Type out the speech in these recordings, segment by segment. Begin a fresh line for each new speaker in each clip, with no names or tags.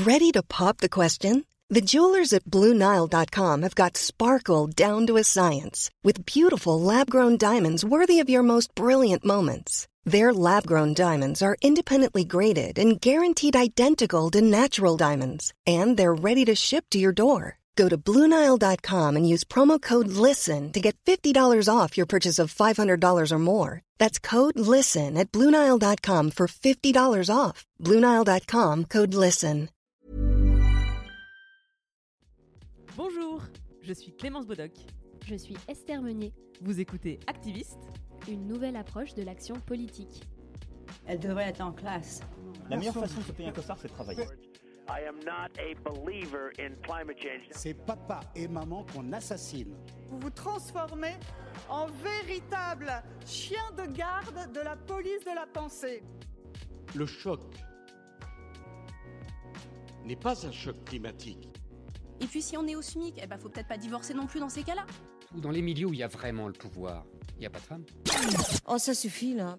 Ready to pop the question? The jewelers at BlueNile.com have got sparkle down to a science with beautiful lab-grown diamonds worthy of your most brilliant moments. Their lab-grown diamonds are independently graded and guaranteed identical to natural diamonds, and they're ready to ship to your door. Go to BlueNile.com and use promo code LISTEN to get $50 off your purchase of $500 or more. That's code LISTEN at BlueNile.com for $50 off. BlueNile.com, code LISTEN.
Bonjour, je suis Clémence Bodoc.
Je suis Esther Meunier.
Vous écoutez Activiste,
une nouvelle approche de l'action politique.
Elle devrait être en classe.
La meilleure façon de se payer un costard, c'est de travailler.
I am not a believer in climate change.
C'est papa et maman qu'on assassine.
Vous vous transformez en véritable chien de garde de la police de la pensée.
Le choc n'est pas un choc climatique.
Et puis si on est au SMIC, faut peut-être pas divorcer non plus dans ces cas-là.
Dans les milieux où il y a vraiment le pouvoir, il n'y a pas de femmes.
Oh, ça suffit là.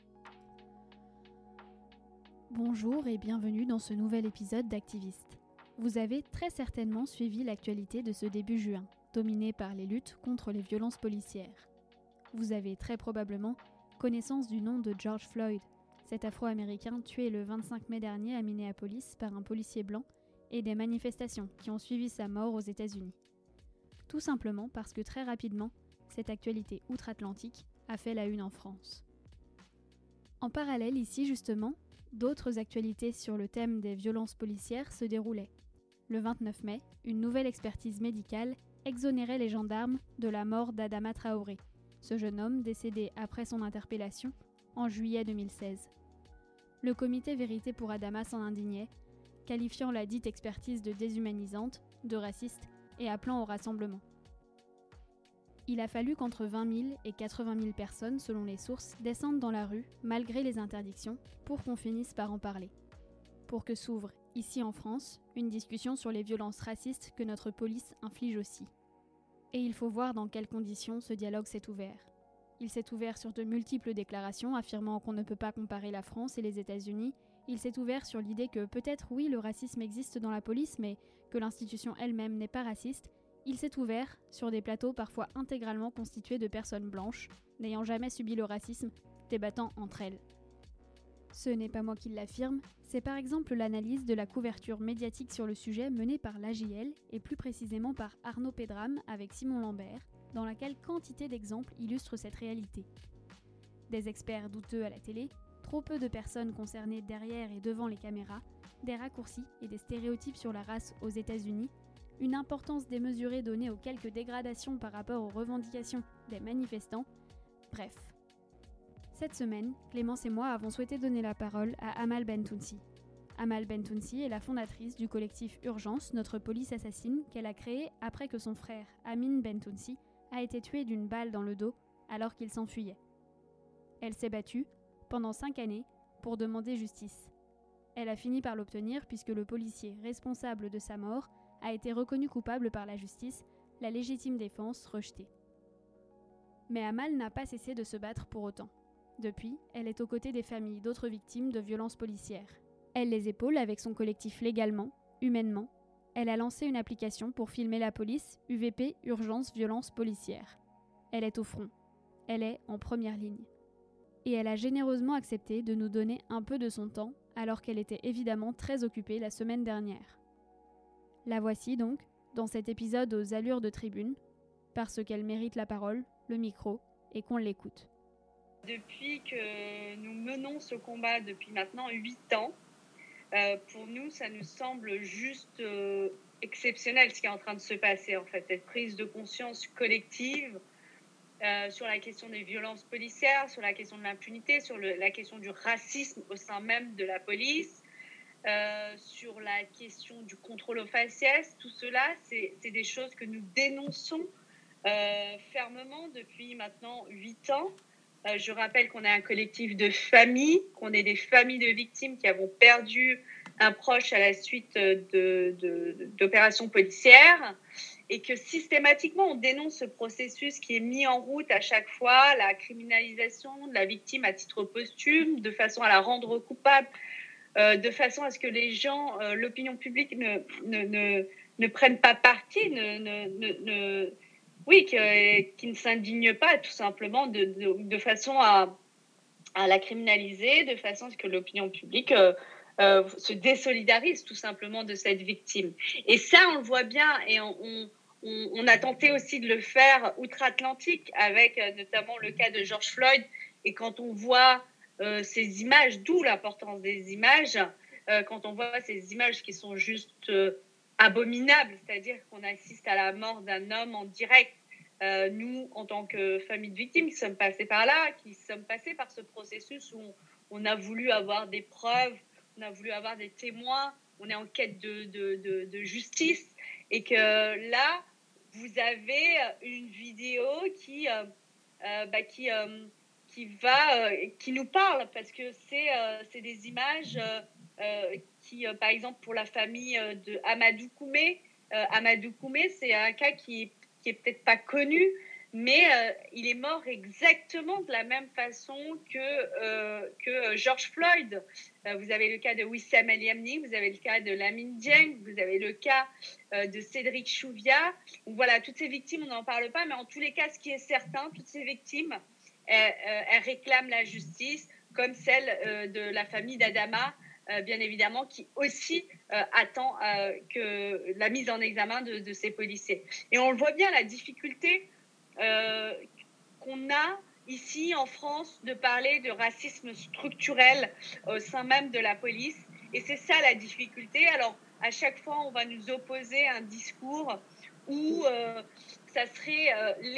Bonjour et bienvenue dans ce nouvel épisode d'Activiste. Vous avez très certainement suivi l'actualité de ce début juin, dominée par les luttes contre les violences policières. Vous avez très probablement connaissance du nom de George Floyd, cet Afro-Américain tué le 25 mai dernier à Minneapolis par un policier blanc, et des manifestations qui ont suivi sa mort aux États-Unis. Tout simplement parce que très rapidement, cette actualité outre-Atlantique a fait la une en France. En parallèle, ici justement, d'autres actualités sur le thème des violences policières se déroulaient. Le 29 mai, une nouvelle expertise médicale exonérait les gendarmes de la mort d'Adama Traoré, ce jeune homme décédé après son interpellation en juillet 2016. Le comité Vérité pour Adama s'en indignait, qualifiant la dite expertise de déshumanisante, de raciste et appelant au rassemblement. Il a fallu qu'entre 20 000 et 80 000 personnes, selon les sources, descendent dans la rue, malgré les interdictions, pour qu'on finisse par en parler. Pour que s'ouvre, ici en France, une discussion sur les violences racistes que notre police inflige aussi. Et il faut voir dans quelles conditions ce dialogue s'est ouvert. Il s'est ouvert sur de multiples déclarations affirmant qu'on ne peut pas comparer la France et les États-Unis. Il s'est ouvert sur l'idée que peut-être oui, le racisme existe dans la police, mais que l'institution elle-même n'est pas raciste. Il s'est ouvert sur des plateaux parfois intégralement constitués de personnes blanches, n'ayant jamais subi le racisme, débattant entre elles. Ce n'est pas moi qui l'affirme, c'est par exemple l'analyse de la couverture médiatique sur le sujet menée par l'AJL, et plus précisément par Arnaud Pedram avec Simon Lambert, dans laquelle quantité d'exemples illustrent cette réalité. Des experts douteux à la télé, trop peu de personnes concernées derrière et devant les caméras, des raccourcis et des stéréotypes sur la race aux États-Unis, une importance démesurée donnée aux quelques dégradations par rapport aux revendications des manifestants, bref. Cette semaine, Clémence et moi avons souhaité donner la parole à Amal Bentounsi. Amal Bentounsi est la fondatrice du collectif Urgence, notre police assassine, qu'elle a créé après que son frère, Amin Bentounsi, a été tué d'une balle dans le dos alors qu'il s'enfuyait. Elle s'est battue, pendant 5 années, pour demander justice. Elle a fini par l'obtenir puisque le policier responsable de sa mort a été reconnu coupable par la justice, la légitime défense rejetée. Mais Amal n'a pas cessé de se battre pour autant. Depuis, elle est aux côtés des familles d'autres victimes de violences policières. Elle les épaule avec son collectif légalement, humainement. Elle a lancé une application pour filmer la police, UVP, Urgence Violence Policière. Elle est au front. Elle est en première ligne. Et elle a généreusement accepté de nous donner un peu de son temps, alors qu'elle était évidemment très occupée la semaine dernière. La voici donc, dans cet épisode aux allures de tribune, parce qu'elle mérite la parole, le micro, et qu'on l'écoute.
Depuis que nous menons ce combat depuis maintenant 8 ans, pour nous, ça nous semble juste exceptionnel ce qui est en train de se passer, en fait, cette prise de conscience collective sur la question des violences policières, sur la question de l'impunité, sur la question du racisme au sein même de la police, sur la question du contrôle aux faciès. Tout cela, c'est des choses que nous dénonçons fermement depuis maintenant 8 ans. Je rappelle qu'on est un collectif de familles, qu'on est des familles de victimes qui avons perdu un proche à la suite d'opérations policières, et que systématiquement on dénonce ce processus qui est mis en route à chaque fois, la criminalisation de la victime à titre posthume, de façon à la rendre coupable de façon à ce que les gens, l'opinion publique ne prennent pas parti, qui ne s'indignent pas tout simplement de façon à la criminaliser, de façon à ce que l'opinion publique se désolidarise tout simplement de cette victime. Et ça, on le voit bien, et on a tenté aussi de le faire outre-Atlantique avec notamment le cas de George Floyd. Et quand on voit ces images, d'où l'importance des images, quand on voit ces images qui sont juste abominables, c'est-à-dire qu'on assiste à la mort d'un homme en direct, nous, en tant que famille de victimes, qui sommes passés par là, qui sommes passés par ce processus où on a voulu avoir des preuves, on a voulu avoir des témoins, on est en quête de justice, et que là, vous avez une vidéo qui nous parle, parce que c'est des images qui, par exemple, pour la famille de Amadou Koumé, c'est un cas qui est peut-être pas connu, mais il est mort exactement de la même façon que George Floyd. Vous avez le cas de Wissam El Yamni, vous avez le cas de Lamine Dieng, vous avez le cas de Cédric Chouviat. Donc voilà, toutes ces victimes, on n'en parle pas, mais en tous les cas, ce qui est certain, toutes ces victimes, elles réclament la justice, comme celle de la famille d'Adama, bien évidemment, qui aussi attend que la mise en examen de ces policiers. Et on le voit bien, la difficulté qu'on a ici en France de parler de racisme structurel au sein même de la police. Et c'est ça la difficulté. Alors, à chaque fois, on va nous opposer un discours où ça serait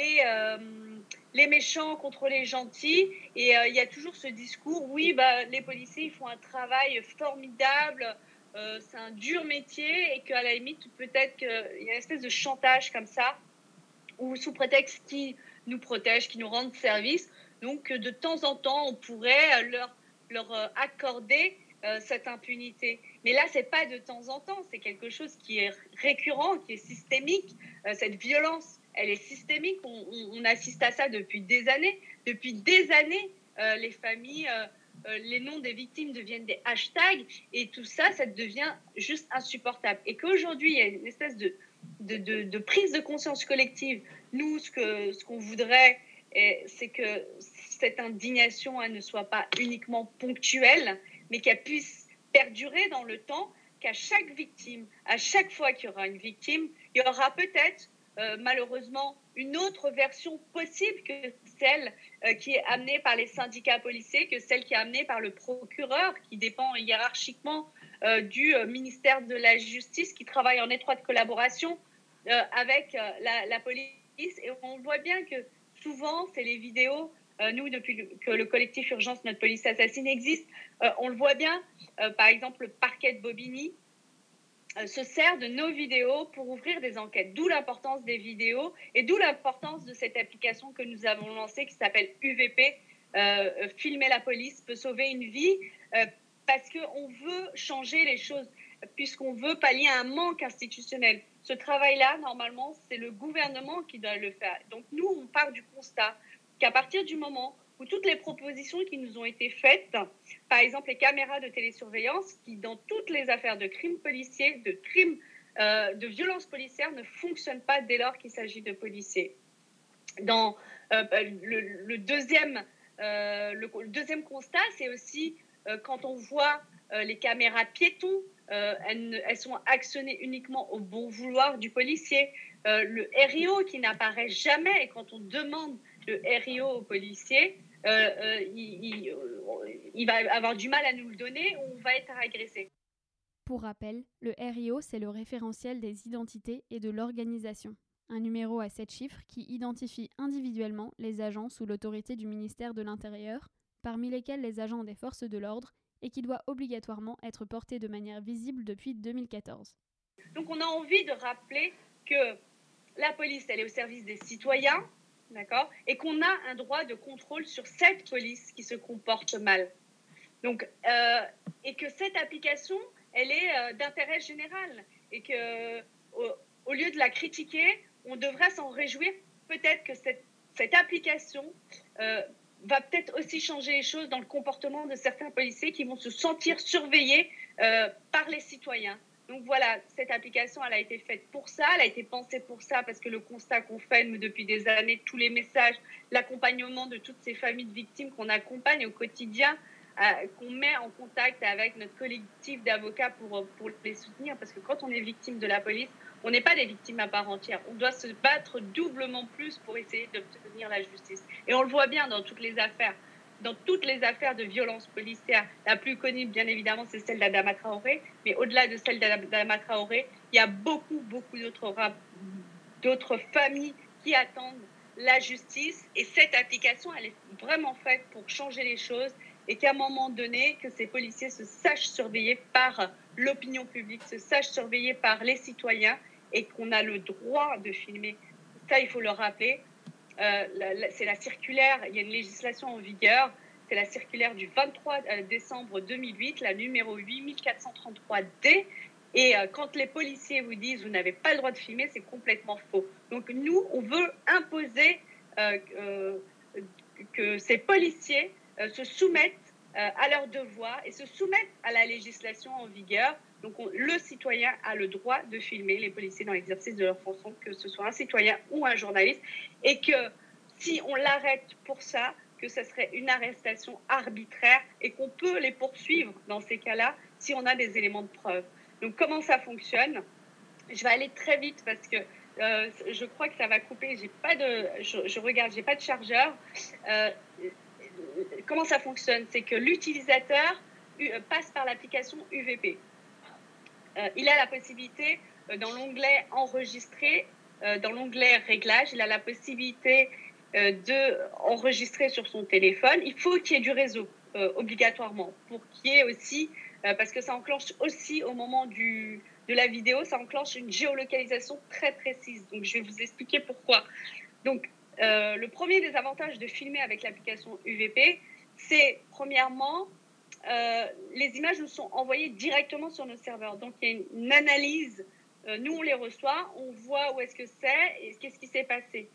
les méchants contre les gentils. Et il y a toujours ce discours, oui, les policiers, ils font un travail formidable, c'est un dur métier, et qu'à la limite, peut-être qu'il y a une espèce de chantage comme ça, ou sous prétexte qu'ils nous protègent, qu'ils nous rendent service. Donc, de temps en temps, on pourrait leur accorder cette impunité. Mais là, c'est pas de temps en temps, c'est quelque chose qui est récurrent, qui est systémique. Cette violence, elle est systémique. On assiste à ça depuis des années. Depuis des années, les familles, les noms des victimes deviennent des hashtags, et tout ça, ça devient juste insupportable. Et qu'aujourd'hui, il y a une espèce de prise de conscience collective. Nous, ce qu'on voudrait, c'est que cette indignation, elle ne soit pas uniquement ponctuelle, mais qu'elle puisse perdurer dans le temps, qu'à chaque victime, à chaque fois qu'il y aura une victime, il y aura peut-être malheureusement une autre version possible que celle qui est amenée par les syndicats policiers, que celle qui est amenée par le procureur, qui dépend hiérarchiquement du ministère de la Justice, qui travaille en étroite collaboration avec la police. Et on voit bien que souvent, c'est les vidéos. Nous, depuis que le collectif Urgence Notre Police Assassine existe, on le voit bien. Par exemple, le parquet de Bobigny se sert de nos vidéos pour ouvrir des enquêtes. D'où l'importance des vidéos, et d'où l'importance de cette application que nous avons lancée qui s'appelle UVP, Filmer la police peut sauver une vie, parce qu'on veut changer les choses, puisqu'on veut pallier un manque institutionnel. Ce travail-là, normalement, c'est le gouvernement qui doit le faire. Donc nous, on part du constat qu'à partir du moment où toutes les propositions qui nous ont été faites, par exemple les caméras de télésurveillance, qui dans toutes les affaires de crimes policiers, de violences policières, ne fonctionnent pas dès lors qu'il s'agit de policiers. Dans le deuxième constat, c'est aussi quand on voit les caméras piétons, elles sont actionnées uniquement au bon vouloir du policier. Le RIO qui n'apparaît jamais, et quand on demande le RIO au policier, il va avoir du mal à nous le donner, ou on va être agressé.
Pour rappel, le RIO, c'est le référentiel des identités et de l'organisation. Un numéro à 7 chiffres qui identifie individuellement les agents sous l'autorité du ministère de l'Intérieur, parmi lesquels les agents des forces de l'ordre, et qui doit obligatoirement être porté de manière visible depuis 2014.
Donc on a envie de rappeler que la police, elle est au service des citoyens, d'accord, et qu'on a un droit de contrôle sur cette police qui se comporte mal. Donc, et que cette application, elle est d'intérêt général, et que au lieu de la critiquer, on devrait s'en réjouir. Peut-être que cette application va peut-être aussi changer les choses dans le comportement de certains policiers qui vont se sentir surveillés par les citoyens. Donc voilà, cette application, elle a été faite pour ça, elle a été pensée pour ça, parce que le constat qu'on fait, nous, depuis des années, tous les messages, l'accompagnement de toutes ces familles de victimes qu'on accompagne au quotidien, qu'on met en contact avec notre collectif d'avocats pour les soutenir, parce que quand on est victime de la police, on n'est pas des victimes à part entière. On doit se battre doublement plus pour essayer d'obtenir la justice. Et on le voit bien dans toutes les affaires. Dans toutes les affaires de violence policière, la plus connue, bien évidemment, c'est celle d'Adama Traoré. Mais au-delà de celle d'Adama Traoré, il y a beaucoup d'autres familles qui attendent la justice. Et cette application, elle est vraiment faite pour changer les choses et qu'à un moment donné, que ces policiers se sachent surveillés par l'opinion publique, se sachent surveillés par les citoyens et qu'on a le droit de filmer. Ça, il faut le rappeler. C'est la circulaire, il y a une législation en vigueur, c'est la circulaire du 23 décembre 2008, la numéro 8433D. Et quand les policiers vous disent « vous n'avez pas le droit de filmer », c'est complètement faux. Donc nous, on veut imposer que ces policiers se soumettent à leurs devoirs et se soumettent à la législation en vigueur. Donc le citoyen a le droit de filmer les policiers dans l'exercice de leurs fonctions, que ce soit un citoyen ou un journaliste, et que si on l'arrête pour ça, que ce serait une arrestation arbitraire et qu'on peut les poursuivre dans ces cas-là si on a des éléments de preuve. Donc comment ça fonctionne ? Je vais aller très vite parce que je crois que ça va couper. Je regarde, j'ai pas de chargeur. Comment ça fonctionne ? C'est que l'utilisateur passe par l'application UVP. Il a la possibilité, dans l'onglet enregistrer, dans l'onglet réglages, il a la possibilité d'enregistrer sur son téléphone. Il faut qu'il y ait du réseau, obligatoirement, pour qu'il y ait aussi, parce que ça enclenche aussi au moment de la vidéo, ça enclenche une géolocalisation très précise. Donc, je vais vous expliquer pourquoi. Donc, le premier des avantages de filmer avec l'application UVP, c'est premièrement, les images nous sont envoyées directement sur nos serveurs. Donc, il y a une analyse. Nous, on les reçoit, on voit où est-ce que c'est et qu'est-ce qui s'est passé.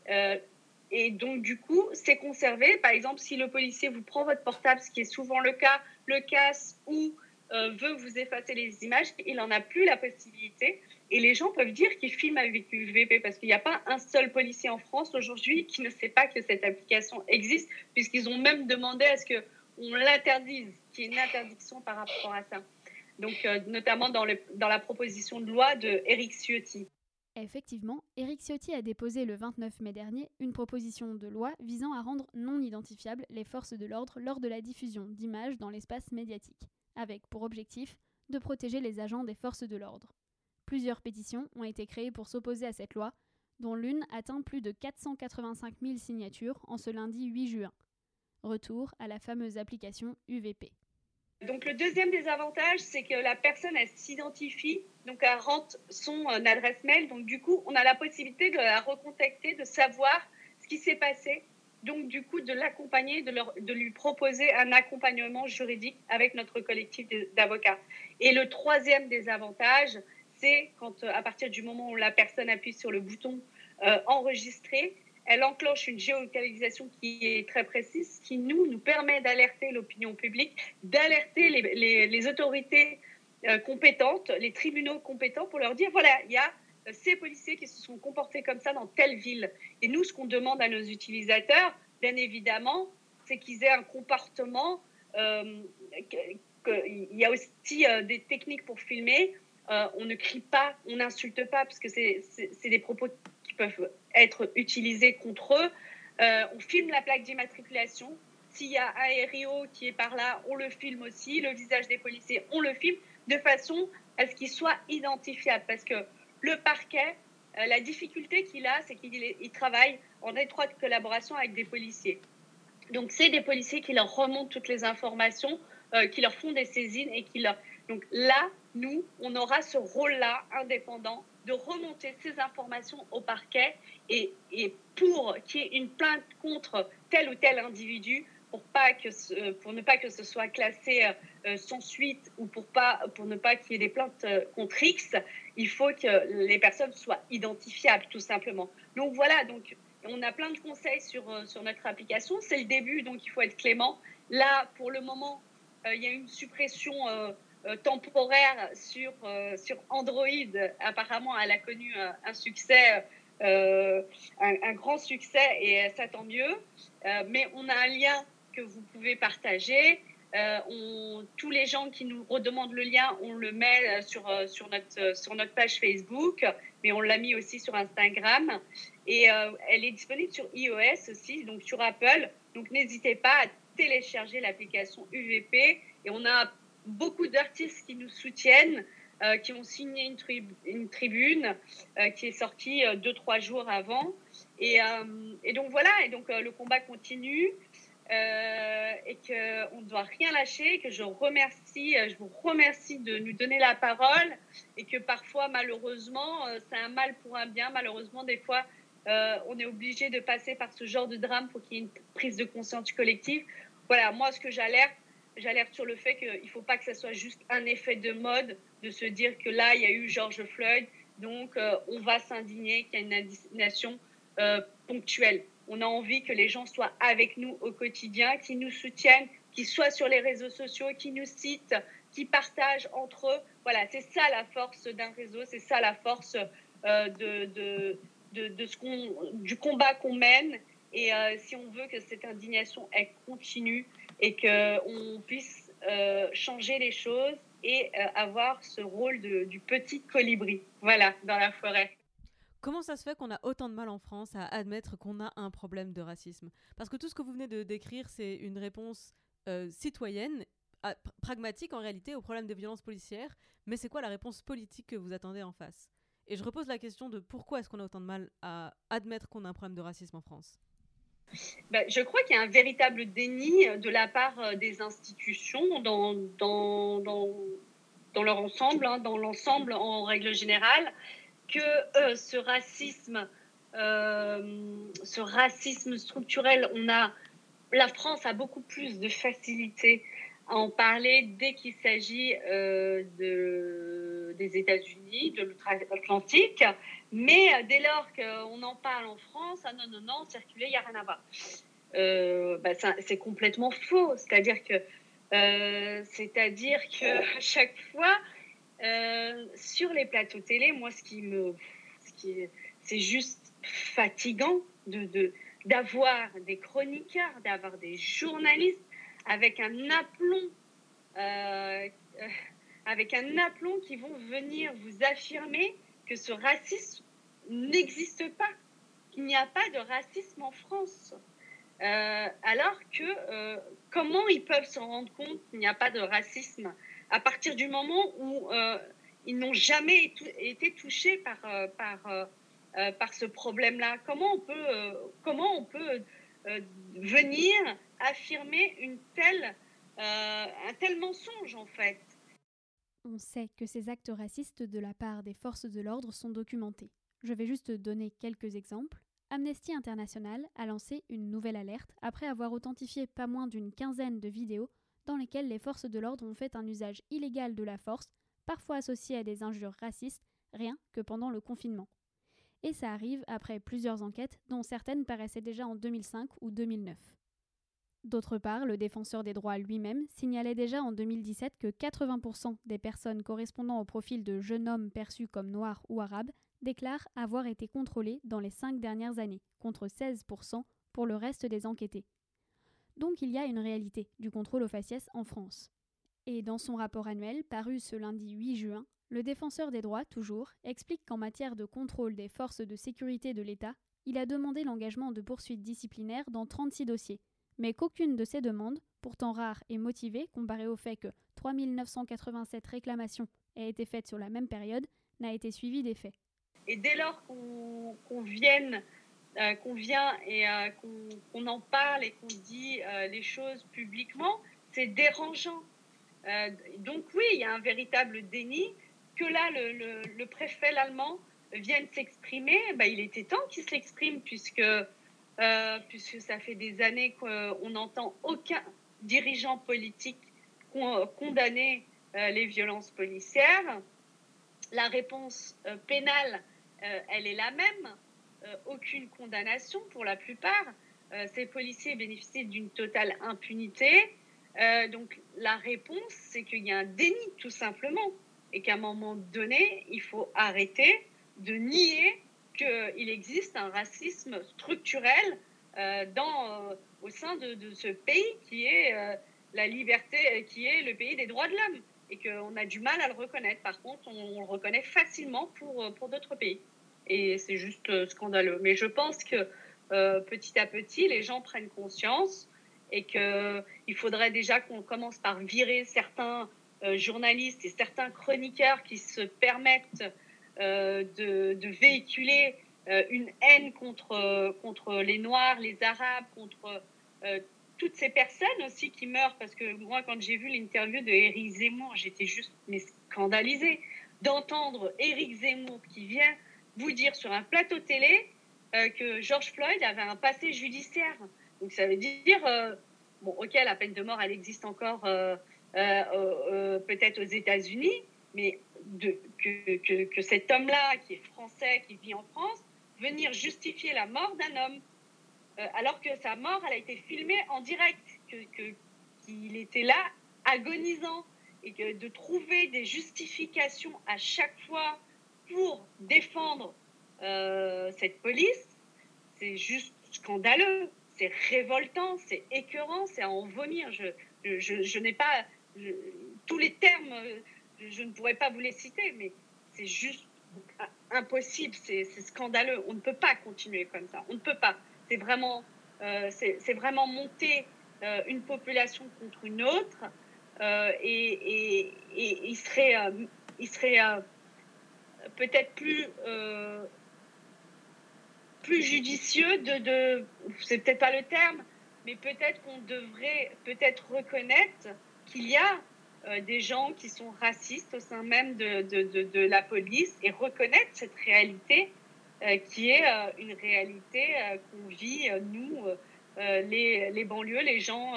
Et donc, du coup, c'est conservé. Par exemple, si le policier vous prend votre portable, ce qui est souvent le cas, le casse ou veut vous effacer les images, il n'en a plus la possibilité. Et les gens peuvent dire qu'ils filment avec UVP parce qu'il n'y a pas un seul policier en France aujourd'hui qui ne sait pas que cette application existe, puisqu'ils ont même demandé à ce qu'on l'interdise, qu'il y ait une interdiction par rapport à ça. Donc, notamment dans la proposition de loi de Éric Ciotti.
Effectivement, Éric Ciotti a déposé le 29 mai dernier une proposition de loi visant à rendre non identifiables les forces de l'ordre lors de la diffusion d'images dans l'espace médiatique, avec pour objectif de protéger les agents des forces de l'ordre. Plusieurs pétitions ont été créées pour s'opposer à cette loi, dont l'une atteint plus de 485 000 signatures en ce lundi 8 juin. Retour à la fameuse application UVP.
Donc le deuxième des avantages, c'est que la personne, elle s'identifie, donc elle rentre son adresse mail. Donc du coup, on a la possibilité de la recontacter, de savoir ce qui s'est passé. Donc du coup, de l'accompagner, de lui proposer un accompagnement juridique avec notre collectif d'avocats. Et le troisième des avantages, c'est quand à partir du moment où la personne appuie sur le bouton enregistrer, elle enclenche une géolocalisation qui est très précise, qui nous permet d'alerter l'opinion publique, d'alerter les autorités compétentes, les tribunaux compétents pour leur dire, voilà, il y a ces policiers qui se sont comportés comme ça dans telle ville. Et nous, ce qu'on demande à nos utilisateurs, bien évidemment, c'est qu'ils aient un comportement. Il y a aussi des techniques pour filmer. On ne crie pas, on n'insulte pas, parce que c'est des propos qui peuvent être utilisés contre eux. On filme la plaque d'immatriculation. S'il y a un RIO qui est par là, on le filme aussi. Le visage des policiers, on le filme de façon à ce qu'il soit identifiable. Parce que le parquet, la difficulté qu'il a, c'est qu'il travaille en étroite collaboration avec des policiers. Donc, c'est des policiers qui leur remontent toutes les informations, qui leur font des saisines et qui leur... Donc là, nous, on aura ce rôle-là indépendant de remonter ces informations au parquet et pour qu'il y ait une plainte contre tel ou tel individu pour ne pas que ce soit classé sans suite ou pour ne pas qu'il y ait des plaintes contre X, il faut que les personnes soient identifiables tout simplement. Donc voilà, donc On a plein de conseils sur notre application. C'est le début, donc il faut être clément. Là, pour le moment, il y a une suppression temporaire sur Android. Apparemment, elle a connu un succès, un grand succès, et ça tant mieux. Mais on a un lien que vous pouvez partager. Tous les gens qui nous redemandent le lien, on le met sur notre page Facebook, mais on l'a mis aussi sur Instagram. Et elle est disponible sur iOS aussi, donc sur Apple. Donc n'hésitez pas à télécharger l'application UVP. Et on a beaucoup d'artistes qui nous soutiennent, qui ont signé une tribune qui est sortie 2-3 jours avant. Et donc voilà, et donc le combat continue. Et qu'on ne doit rien lâcher, que je vous remercie de nous donner la parole, et que parfois, malheureusement, c'est un mal pour un bien. Malheureusement, des fois, on est obligé de passer par ce genre de drame pour qu'il y ait une prise de conscience collective. Voilà, moi, ce que j'alerte sur le fait qu'il ne faut pas que ça soit juste un effet de mode, de se dire que là, il y a eu George Floyd, donc on va s'indigner, qu'il y a une indignation ponctuelle. On a envie que les gens soient avec nous au quotidien, qu'ils nous soutiennent, qu'ils soient sur les réseaux sociaux, qu'ils nous citent, qu'ils partagent entre eux. Voilà, c'est ça la force d'un réseau, c'est ça la force du combat qu'on mène. Et si on veut que cette indignation elle continue et qu'on puisse changer les choses et avoir ce rôle du petit colibri, voilà, dans la forêt.
Comment ça se fait qu'on a autant de mal en France à admettre qu'on a un problème de racisme ? Parce que tout ce que vous venez de décrire, c'est une réponse citoyenne, pragmatique en réalité, au problème des violences policières. Mais c'est quoi la réponse politique que vous attendez en face ? Et je repose la question de pourquoi est-ce qu'on a autant de mal à admettre qu'on a un problème de racisme en France ?
Je crois qu'il y a un véritable déni de la part des institutions dans leur ensemble, dans l'ensemble en règle générale, que ce racisme structurel, la France a beaucoup plus de facilité à en parler dès qu'il s'agit des États-Unis, de l'outre-Atlantique, mais dès lors qu'on en parle en France, non, circuler, il n'y a rien à voir. C'est complètement faux, c'est-à-dire que à chaque fois, sur les plateaux télé, moi, c'est juste fatigant d'avoir des chroniqueurs, d'avoir des journalistes avec un aplomb qui vont venir vous affirmer que ce racisme n'existe pas, qu'il n'y a pas de racisme en France. Alors que comment ils peuvent s'en rendre compte qu'il n'y a pas de racisme à partir du moment où ils n'ont jamais été touchés par ce problème-là? Comment on peut venir affirmer un tel mensonge, en fait?
On sait que ces actes racistes de la part des forces de l'ordre sont documentés. Je vais juste donner quelques exemples. Amnesty International a lancé une nouvelle alerte après avoir authentifié pas moins d'une quinzaine de vidéos dans lesquelles les forces de l'ordre ont fait un usage illégal de la force, parfois associé à des injures racistes, rien que pendant le confinement. Et ça arrive après plusieurs enquêtes, dont certaines paraissaient déjà en 2005 ou 2009. D'autre part, le défenseur des droits lui-même signalait déjà en 2017 que 80% des personnes correspondant au profil de jeunes hommes perçus comme noirs ou arabes déclarent avoir été contrôlées dans les 5 dernières années, contre 16% pour le reste des enquêtés. Donc il y a une réalité du contrôle au faciès en France. Et dans son rapport annuel, paru ce lundi 8 juin, le défenseur des droits, toujours, explique qu'en matière de contrôle des forces de sécurité de l'État, il a demandé l'engagement de poursuites disciplinaires dans 36 dossiers, mais qu'aucune de ces demandes, pourtant rares et motivées comparées au fait que 3 987 réclamations aient été faites sur la même période, n'a été suivie des faits.
Et dès lors qu'on vient et qu'on en parle et qu'on dit les choses publiquement, c'est dérangeant. Donc oui, il y a un véritable déni. Que là, le préfet l'allemand vienne s'exprimer, il était temps qu'il s'exprime puisque ça fait des années qu'on n'entend aucun dirigeant politique condamner les violences policières. La réponse pénale, elle est la même. aucune condamnation pour la plupart. Ces policiers bénéficient d'une totale impunité. Donc la réponse, c'est qu'il y a un déni tout simplement et qu'à un moment donné, il faut arrêter de nier qu'il existe un racisme structurel au sein de ce pays qui est la liberté, qui est le pays des droits de l'homme et qu'on a du mal à le reconnaître. Par contre, on le reconnaît facilement pour d'autres pays et c'est juste scandaleux. Mais je pense que petit à petit, les gens prennent conscience et qu'il faudrait déjà qu'on commence par virer certains journalistes et certains chroniqueurs qui se permettent de véhiculer une haine contre les Noirs, les Arabes, contre toutes ces personnes aussi qui meurent. Parce que moi, quand j'ai vu l'interview de Éric Zemmour, j'étais juste scandalisée d'entendre Éric Zemmour qui vient vous dire sur un plateau télé que George Floyd avait un passé judiciaire. Donc ça veut dire, bon ok, la peine de mort, elle existe encore peut-être aux États-Unis, mais que cet homme-là, qui est français, qui vit en France, venir justifier la mort d'un homme, alors que sa mort, elle a été filmée en direct, qu'il était là, agonisant, et que de trouver des justifications à chaque fois pour défendre cette police, c'est juste scandaleux, c'est révoltant, c'est écœurant, c'est à en vomir. Je n'ai pas tous les termes, je ne pourrais pas vous les citer, mais c'est juste impossible, c'est scandaleux. On ne peut pas continuer comme ça, on ne peut pas. C'est vraiment monter une population contre une autre et il serait peut-être plus judicieux c'est peut-être pas le terme, mais peut-être qu'on devrait peut-être reconnaître qu'il y a des gens qui sont racistes au sein même de la police et reconnaître cette réalité qui est une réalité qu'on vit, nous, les banlieues, les gens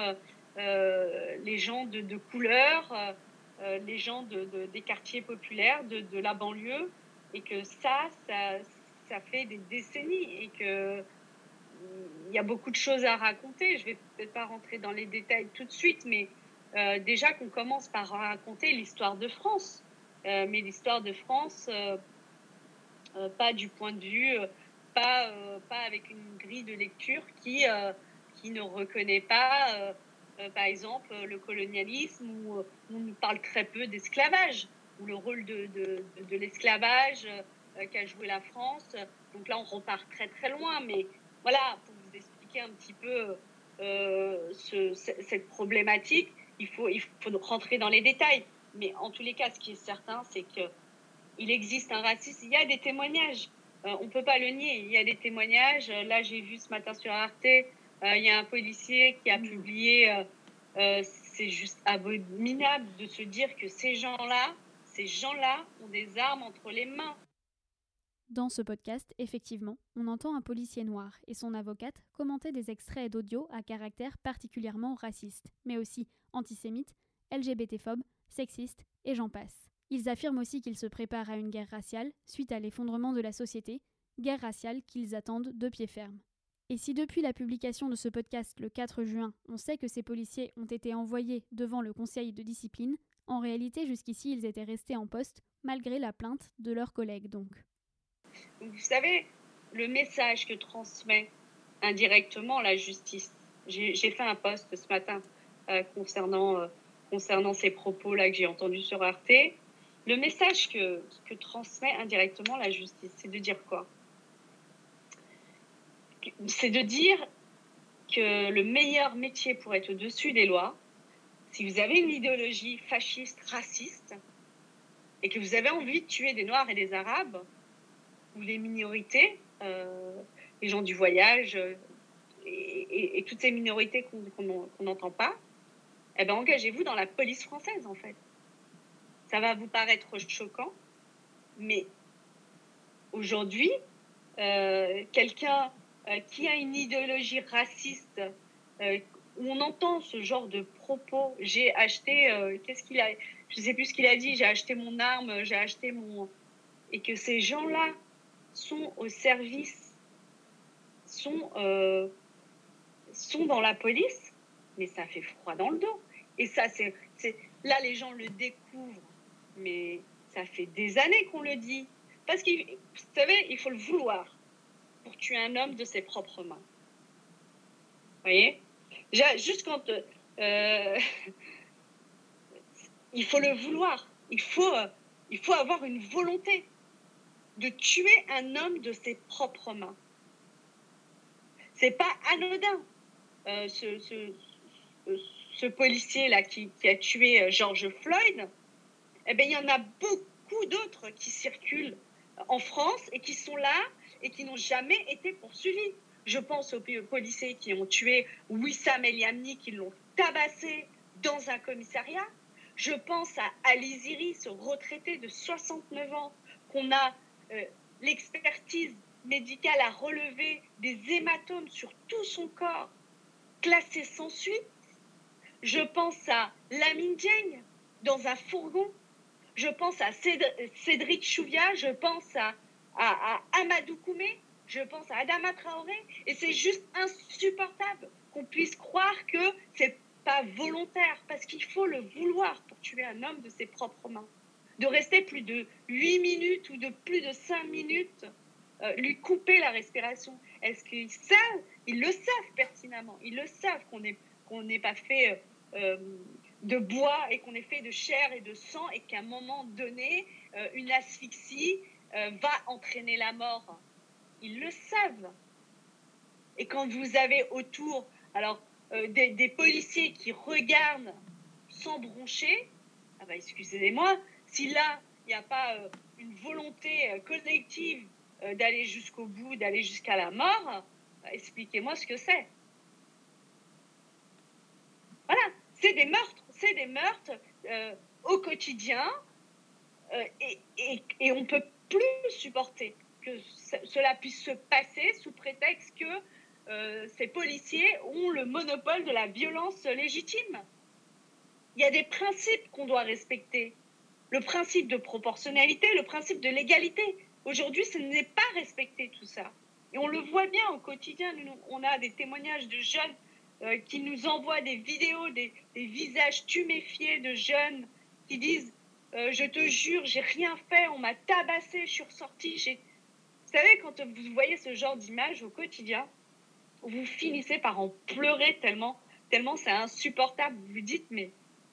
de couleur, les gens des quartiers populaires, de la banlieue, et que ça fait des décennies et qu'il y a beaucoup de choses à raconter. Je ne vais peut-être pas rentrer dans les détails tout de suite, mais déjà qu'on commence par raconter l'histoire de France. Mais l'histoire de France, pas du point de vue, pas avec une grille de lecture qui ne reconnaît pas, par exemple, le colonialisme, où on nous parle très peu d'esclavage, ou le rôle de l'esclavage qu'a joué la France. Donc là, on repart très très loin, mais voilà, pour vous expliquer un petit peu cette problématique, il faut rentrer dans les détails. Mais en tous les cas, ce qui est certain, c'est qu'il existe un racisme. Il y a des témoignages, on ne peut pas le nier, il y a des témoignages. Là, j'ai vu ce matin sur Arte, il y a un policier qui a publié, c'est juste abominable de se dire que ces gens-là ont des armes entre les mains.
Dans ce podcast, effectivement, on entend un policier noir et son avocate commenter des extraits d'audio à caractère particulièrement raciste, mais aussi antisémite, LGBT-phobe, sexiste et j'en passe. Ils affirment aussi qu'ils se préparent à une guerre raciale suite à l'effondrement de la société, guerre raciale qu'ils attendent de pied ferme. Et si depuis la publication de ce podcast le 4 juin, on sait que ces policiers ont été envoyés devant le conseil de discipline, en réalité jusqu'ici ils étaient restés en poste malgré la plainte de leurs collègues donc.
Vous savez, le message que transmet indirectement la justice, j'ai fait un post ce matin concernant ces propos-là que j'ai entendus sur Arte. Le message que transmet indirectement la justice, c'est de dire quoi ? C'est de dire que le meilleur métier pour être au-dessus des lois, si vous avez une idéologie fasciste, raciste, et que vous avez envie de tuer des Noirs et des Arabes, ou les minorités, les gens du voyage, et toutes ces minorités qu'on n'entend pas, eh ben engagez-vous dans la police française, en fait. Ça va vous paraître choquant, mais aujourd'hui, quelqu'un qui a une idéologie raciste, où on entend ce genre de propos, j'ai acheté, je ne sais plus ce qu'il a dit, j'ai acheté mon arme, j'ai acheté mon... Et que ces gens-là sont au service sont dans la police, mais ça fait froid dans le dos. Et ça, là, les gens le découvrent, mais ça fait des années qu'on le dit. Parce que, vous savez, il faut le vouloir pour tuer un homme de ses propres mains. Vous voyez ? Juste quand... il faut le vouloir. Il faut avoir une volonté de tuer un homme de ses propres mains. C'est pas anodin. Ce policier-là qui a tué George Floyd, eh ben, il y en a beaucoup d'autres qui circulent en France et qui sont là et qui n'ont jamais été poursuivis. Je pense aux policiers qui ont tué Wissam El Yamni, qui l'ont tabassé dans un commissariat. Je pense à Ali Ziri, ce retraité de 69 ans, qu'on a l'expertise médicale a relevé des hématomes sur tout son corps, classé sans suite. Je pense à Lamine Dieng, dans un fourgon. Je pense à Cédric Chouviat, je pense à Amadou Koumé, je pense à Adama Traoré. Et c'est juste insupportable qu'on puisse croire que c'est pas volontaire, parce qu'il faut le vouloir pour tuer un homme de ses propres mains. De rester plus de 8 minutes ou de plus de 5 minutes, lui couper la respiration. Est-ce qu'ils savent ? Ils le savent pertinemment. Ils le savent qu'on n'est pas fait de bois et qu'on est fait de chair et de sang et qu'à un moment donné, une asphyxie va entraîner la mort. Ils le savent. Et quand vous avez autour des policiers qui regardent sans broncher, ah bah excusez-moi, si là, il n'y a pas une volonté collective d'aller jusqu'au bout, d'aller jusqu'à la mort, expliquez-moi ce que c'est. Voilà, c'est des meurtres au quotidien et on ne peut plus supporter que cela puisse se passer sous prétexte que ces policiers ont le monopole de la violence légitime. Il y a des principes qu'on doit respecter. Le principe de proportionnalité, le principe de légalité. Aujourd'hui, ce n'est pas respecté tout ça. Et on le voit bien au quotidien. Nous, on a des témoignages de jeunes qui nous envoient des vidéos, des visages tuméfiés de jeunes qui disent je te jure, j'ai rien fait, on m'a tabassé, je suis ressortie. Vous savez, quand vous voyez ce genre d'image au quotidien, vous finissez par en pleurer tellement c'est insupportable. Vous vous dites, mais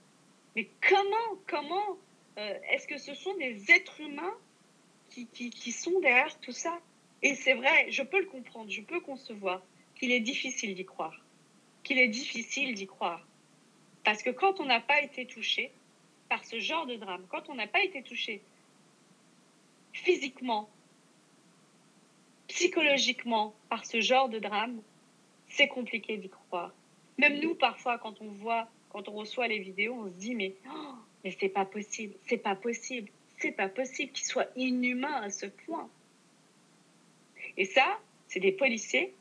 comment est-ce que ce sont des êtres humains qui sont derrière tout ça ? Et c'est vrai, je peux le comprendre, je peux concevoir qu'il est difficile d'y croire. Parce que quand on n'a pas été touché par ce genre de drame, quand on n'a pas été touché physiquement, psychologiquement par ce genre de drame, c'est compliqué d'y croire. Même nous, parfois, quand on reçoit les vidéos, on se dit mais c'est pas possible qu'il soit inhumain à ce point. Et ça, c'est des policiers.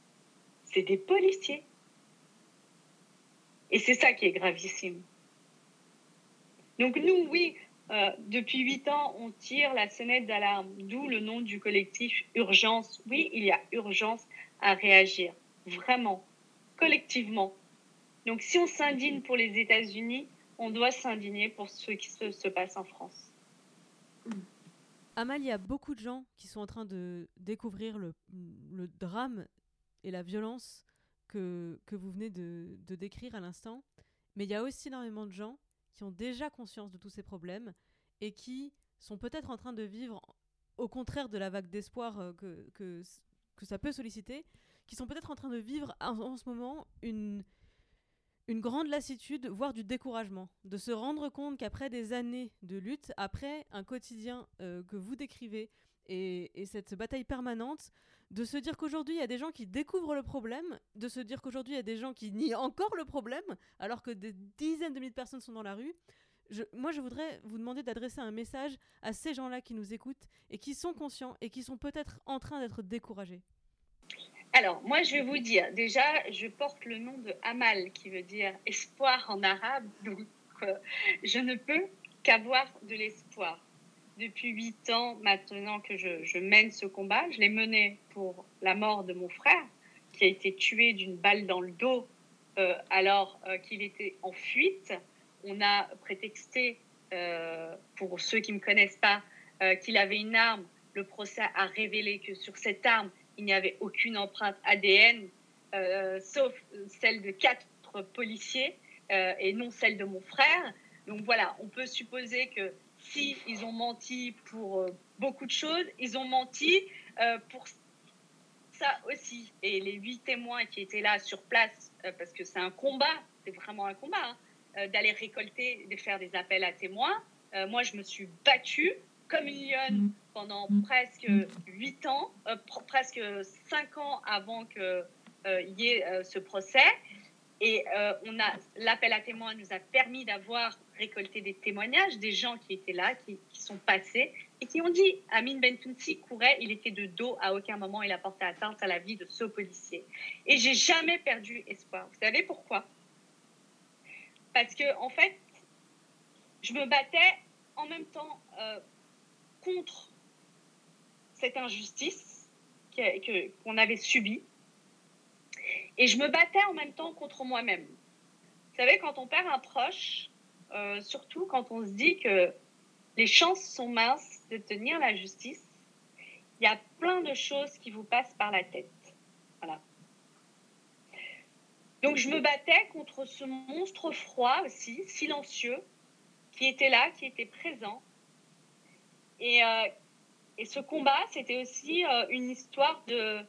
Et c'est ça qui est gravissime. Donc nous, oui, depuis 8 ans, on tire la sonnette d'alarme, d'où le nom du collectif Urgence. Oui, il y a urgence à réagir, vraiment, collectivement. Donc si on s'indigne pour les États-Unis, on doit s'indigner pour ce qui se passe en France.
Amal, il y a beaucoup de gens qui sont en train de découvrir le drame et la violence que vous venez de décrire à l'instant. Mais il y a aussi énormément de gens qui ont déjà conscience de tous ces problèmes et qui sont peut-être en train de vivre, au contraire de la vague d'espoir que ça peut solliciter, qui sont peut-être en train de vivre en ce moment une grande lassitude, voire du découragement, de se rendre compte qu'après des années de lutte, après un quotidien que vous décrivez et cette bataille permanente, de se dire qu'aujourd'hui il y a des gens qui découvrent le problème, de se dire qu'aujourd'hui il y a des gens qui nient encore le problème, alors que des dizaines de milliers de personnes sont dans la rue. Moi je voudrais vous demander d'adresser un message à ces gens-là qui nous écoutent et qui sont conscients et qui sont peut-être en train d'être découragés.
Alors, moi, je vais vous dire, déjà, je porte le nom de Amal, qui veut dire espoir en arabe, donc je ne peux qu'avoir de l'espoir. depuis 8 ans maintenant que je mène ce combat. Je l'ai mené pour la mort de mon frère, qui a été tué d'une balle dans le dos alors qu'il était en fuite. On a prétexté, pour ceux qui ne me connaissent pas, qu'il avait une arme. Le procès a révélé que sur cette arme, il n'y avait aucune empreinte ADN, sauf celle de 4 policiers et non celle de mon frère. Donc voilà, on peut supposer que si ils ont menti pour beaucoup de choses, ils ont menti pour ça aussi. Et les 8 témoins qui étaient là sur place, parce que c'est un combat, c'est vraiment un combat, d'aller récolter, de faire des appels à témoins. Moi, je me suis battue comme une lionne pendant presque 8 ans, presque 5 ans avant qu'il y ait ce procès. Et l'appel à témoins nous a permis d'avoir récolté des témoignages des gens qui étaient là, qui sont passés et qui ont dit Amin Bentounsi courait, il était de dos, à aucun moment il a porté atteinte à la vie de ce policier. Et j'ai jamais perdu espoir. Vous savez pourquoi? Parce que en fait, je me battais en même temps contre cette injustice qu'on avait subie. Et je me battais en même temps contre moi-même. Vous savez, quand on perd un proche, surtout quand on se dit que les chances sont minces de tenir la justice, il y a plein de choses qui vous passent par la tête. Voilà. Donc je me battais contre ce monstre froid aussi, silencieux, qui était là, qui était présent. Et ce combat, c'était aussi une histoire de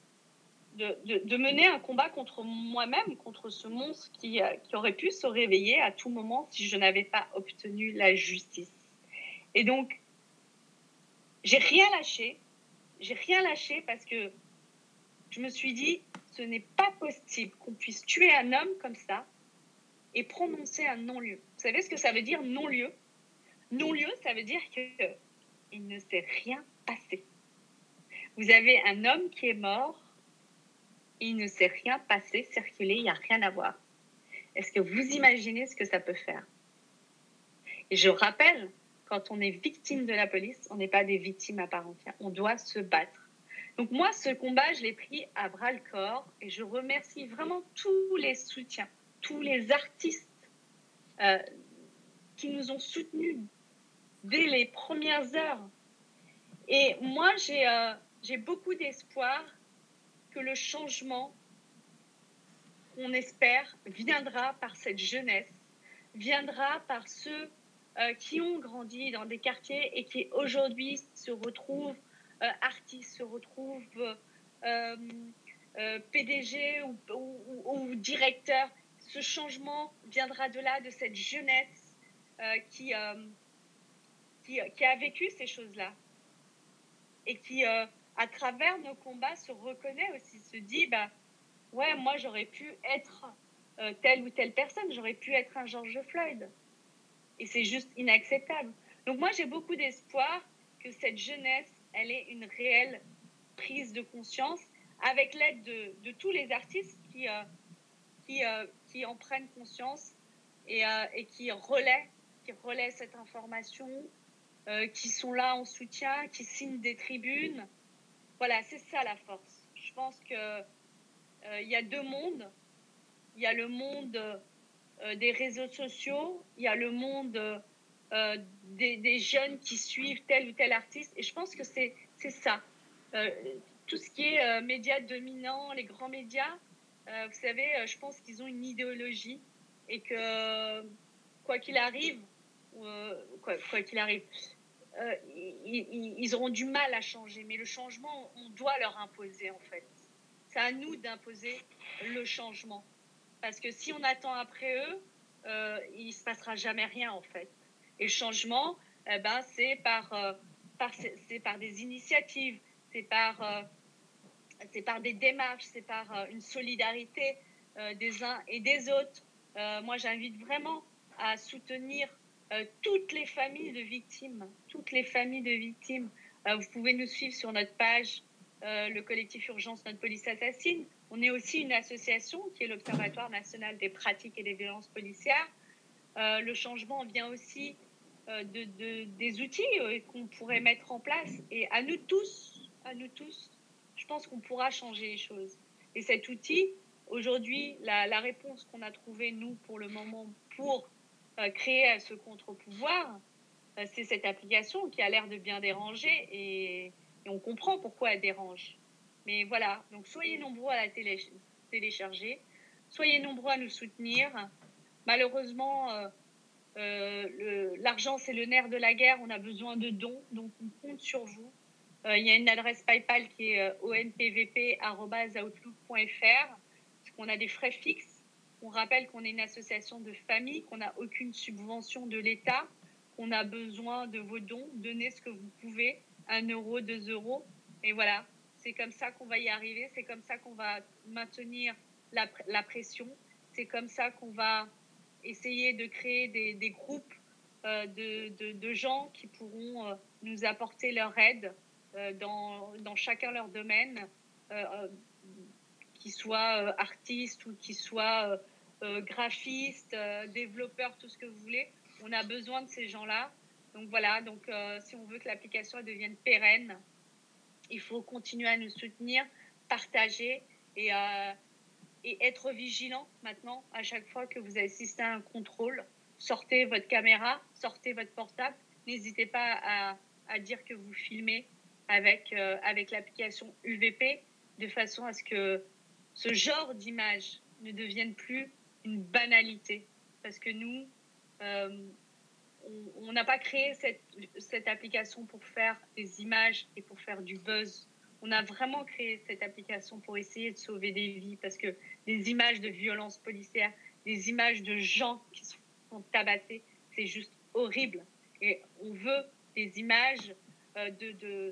mener un combat contre moi-même, contre ce monstre qui aurait pu se réveiller à tout moment si je n'avais pas obtenu la justice. Et donc, j'ai rien lâché parce que je me suis dit, ce n'est pas possible qu'on puisse tuer un homme comme ça et prononcer un non-lieu. Vous savez ce que ça veut dire, non-lieu? Non-lieu, ça veut dire qu'il ne s'est rien passé. Vous avez un homme qui est mort, il ne s'est rien passé, circuler, il n'y a rien à voir. Est-ce que vous imaginez ce que ça peut faire? Et je rappelle, quand on est victime de la police, on n'est pas des victimes à part entière. On doit se battre. Donc moi, ce combat, je l'ai pris à bras-le-corps et je remercie vraiment tous les soutiens, tous les artistes qui nous ont soutenus dès les premières heures. Et moi, j'ai beaucoup d'espoir que le changement, on espère, viendra par cette jeunesse, viendra par ceux qui ont grandi dans des quartiers et qui aujourd'hui se retrouvent artistes, se retrouvent PDG ou directeurs. Ce changement viendra de là, de cette jeunesse qui a vécu ces choses-là et qui, à travers nos combats, se reconnaît aussi, se dit, ouais, moi j'aurais pu être telle ou telle personne, j'aurais pu être un George Floyd. Et c'est juste inacceptable. Donc moi, j'ai beaucoup d'espoir que cette jeunesse, elle ait une réelle prise de conscience avec l'aide de tous les artistes qui en prennent conscience et qui relaient cette information, qui sont là en soutien, qui signent des tribunes. Voilà, c'est ça la force. Je pense qu'il y a deux mondes. Il y a le monde des réseaux sociaux, il y a le monde des jeunes qui suivent tel ou tel artiste. Et je pense que c'est ça. Tout ce qui est médias dominants, les grands médias, vous savez, je pense qu'ils ont une idéologie et que quoi qu'il arrive, ils auront du mal à changer. Mais le changement, on doit leur imposer en fait. C'est à nous d'imposer le changement. Parce que si on attend après eux, il ne se passera jamais rien en fait. Et le changement, c'est par des initiatives, c'est par des démarches, c'est par une solidarité des uns et des autres. Moi, j'invite vraiment à soutenir toutes les familles de victimes. Toutes les familles de victimes. Vous pouvez nous suivre sur notre page, le collectif Urgence Notre Police Assassine. On est aussi une association qui est l'Observatoire national des pratiques et des violences policières. Le changement vient aussi des outils qu'on pourrait mettre en place. Et à nous tous, je pense qu'on pourra changer les choses. Et cet outil, aujourd'hui, la réponse qu'on a trouvée, nous, pour le moment, pour créer ce contre-pouvoir, c'est cette application qui a l'air de bien déranger et on comprend pourquoi elle dérange. Mais voilà, donc soyez nombreux à la télécharger, soyez nombreux à nous soutenir. Malheureusement, l'argent, c'est le nerf de la guerre, on a besoin de dons, donc on compte sur vous. Il y a une adresse PayPal qui est onpvp@outlook.fr, parce qu'on a des frais fixes. On rappelle qu'on est une association de famille, qu'on n'a aucune subvention de l'État, qu'on a besoin de vos dons. Donnez ce que vous pouvez, 1 euro, 2 euros. Et voilà, c'est comme ça qu'on va y arriver. C'est comme ça qu'on va maintenir la pression. C'est comme ça qu'on va essayer de créer des groupes de gens qui pourront nous apporter leur aide dans chacun leur domaine, qu'ils soient artistes ou qu'ils soient graphistes, développeurs, tout ce que vous voulez. On a besoin de ces gens-là. Donc voilà, si on veut que l'application devienne pérenne, il faut continuer à nous soutenir, partager et être vigilant maintenant. À chaque fois que vous assistez à un contrôle, sortez votre caméra, sortez votre portable. N'hésitez pas à dire que vous filmez avec l'application UVP, de façon à ce que ce genre d'image ne devienne plus une banalité. Parce que nous, on n'a pas créé cette application pour faire des images et pour faire du buzz. On a vraiment créé cette application pour essayer de sauver des vies, parce que des images de violences policières, des images de gens qui sont tabassés, c'est juste horrible. Et on veut des images de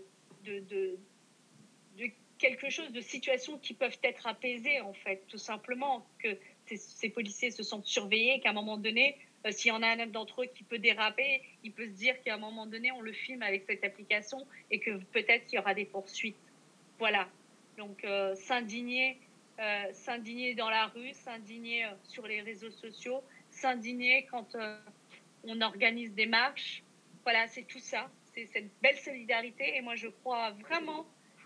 quelque chose, de situations qui peuvent être apaisées, en fait, tout simplement, que ces policiers se sentent surveillés, qu'à un moment donné, s'il y en a un d'entre eux qui peut déraper, il peut se dire qu'à un moment donné, on le filme avec cette application et que peut-être qu'il y aura des poursuites. Voilà. Donc, s'indigner dans la rue, s'indigner sur les réseaux sociaux, s'indigner quand on organise des marches. Voilà, c'est tout ça. C'est cette belle solidarité. Et moi, je crois vraiment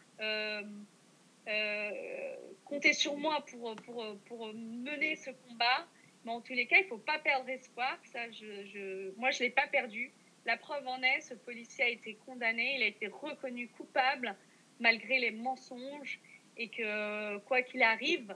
compter sur moi pour mener ce combat. Mais en tous les cas, il ne faut pas perdre espoir. Ça, moi, je ne l'ai pas perdu. La preuve en est, ce policier a été condamné, il a été reconnu coupable malgré les mensonges, et que quoi qu'il arrive,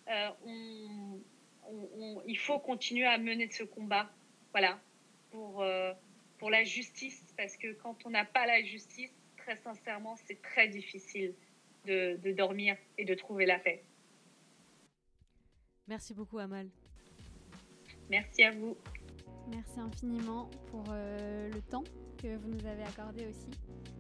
il faut continuer à mener ce combat, voilà, pour la justice, parce que quand on n'a pas la justice, très sincèrement, c'est très difficile de dormir et de trouver la paix.
Merci beaucoup, Amal.
Merci à vous.
Merci infiniment pour le temps que vous nous avez accordé aussi.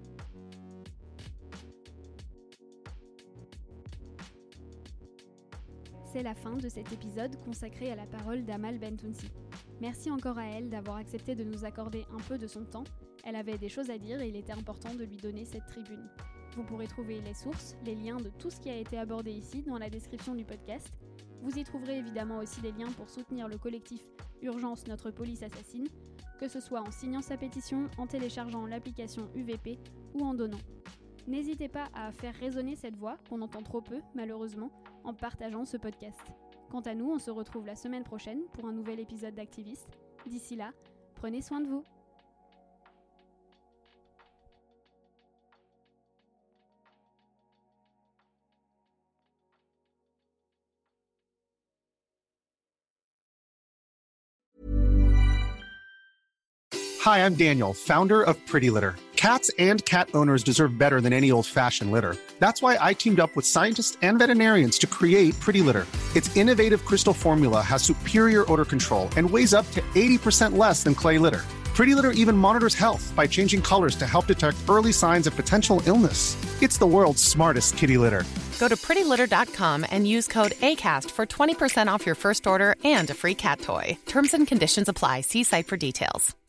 C'est la fin de cet épisode consacré à la parole d'Amal Bentounsi. Merci encore à elle d'avoir accepté de nous accorder un peu de son temps. Elle avait des choses à dire et il était important de lui donner cette tribune. Vous pourrez trouver les sources, les liens de tout ce qui a été abordé ici dans la description du podcast. Vous y trouverez évidemment aussi des liens pour soutenir le collectif Urgence Notre Police Assassine, que ce soit en signant sa pétition, en téléchargeant l'application UVP ou en donnant. N'hésitez pas à faire résonner cette voix, qu'on entend trop peu, malheureusement, en partageant ce podcast. Quant à nous, on se retrouve la semaine prochaine pour un nouvel épisode d'Activiste. D'ici là, prenez soin de vous.
Hi, I'm Daniel, founder of Pretty Litter. Cats and cat owners deserve better than any old-fashioned litter. That's why I teamed up with scientists and veterinarians to create Pretty Litter. Its innovative crystal formula has superior odor control and weighs up to 80% less than clay litter. Pretty Litter even monitors health by changing colors to help detect early signs of potential illness. It's the world's smartest kitty litter.
Go to prettylitter.com and use code ACAST for 20% off your first order and a free cat toy. Terms and conditions apply. See site for details.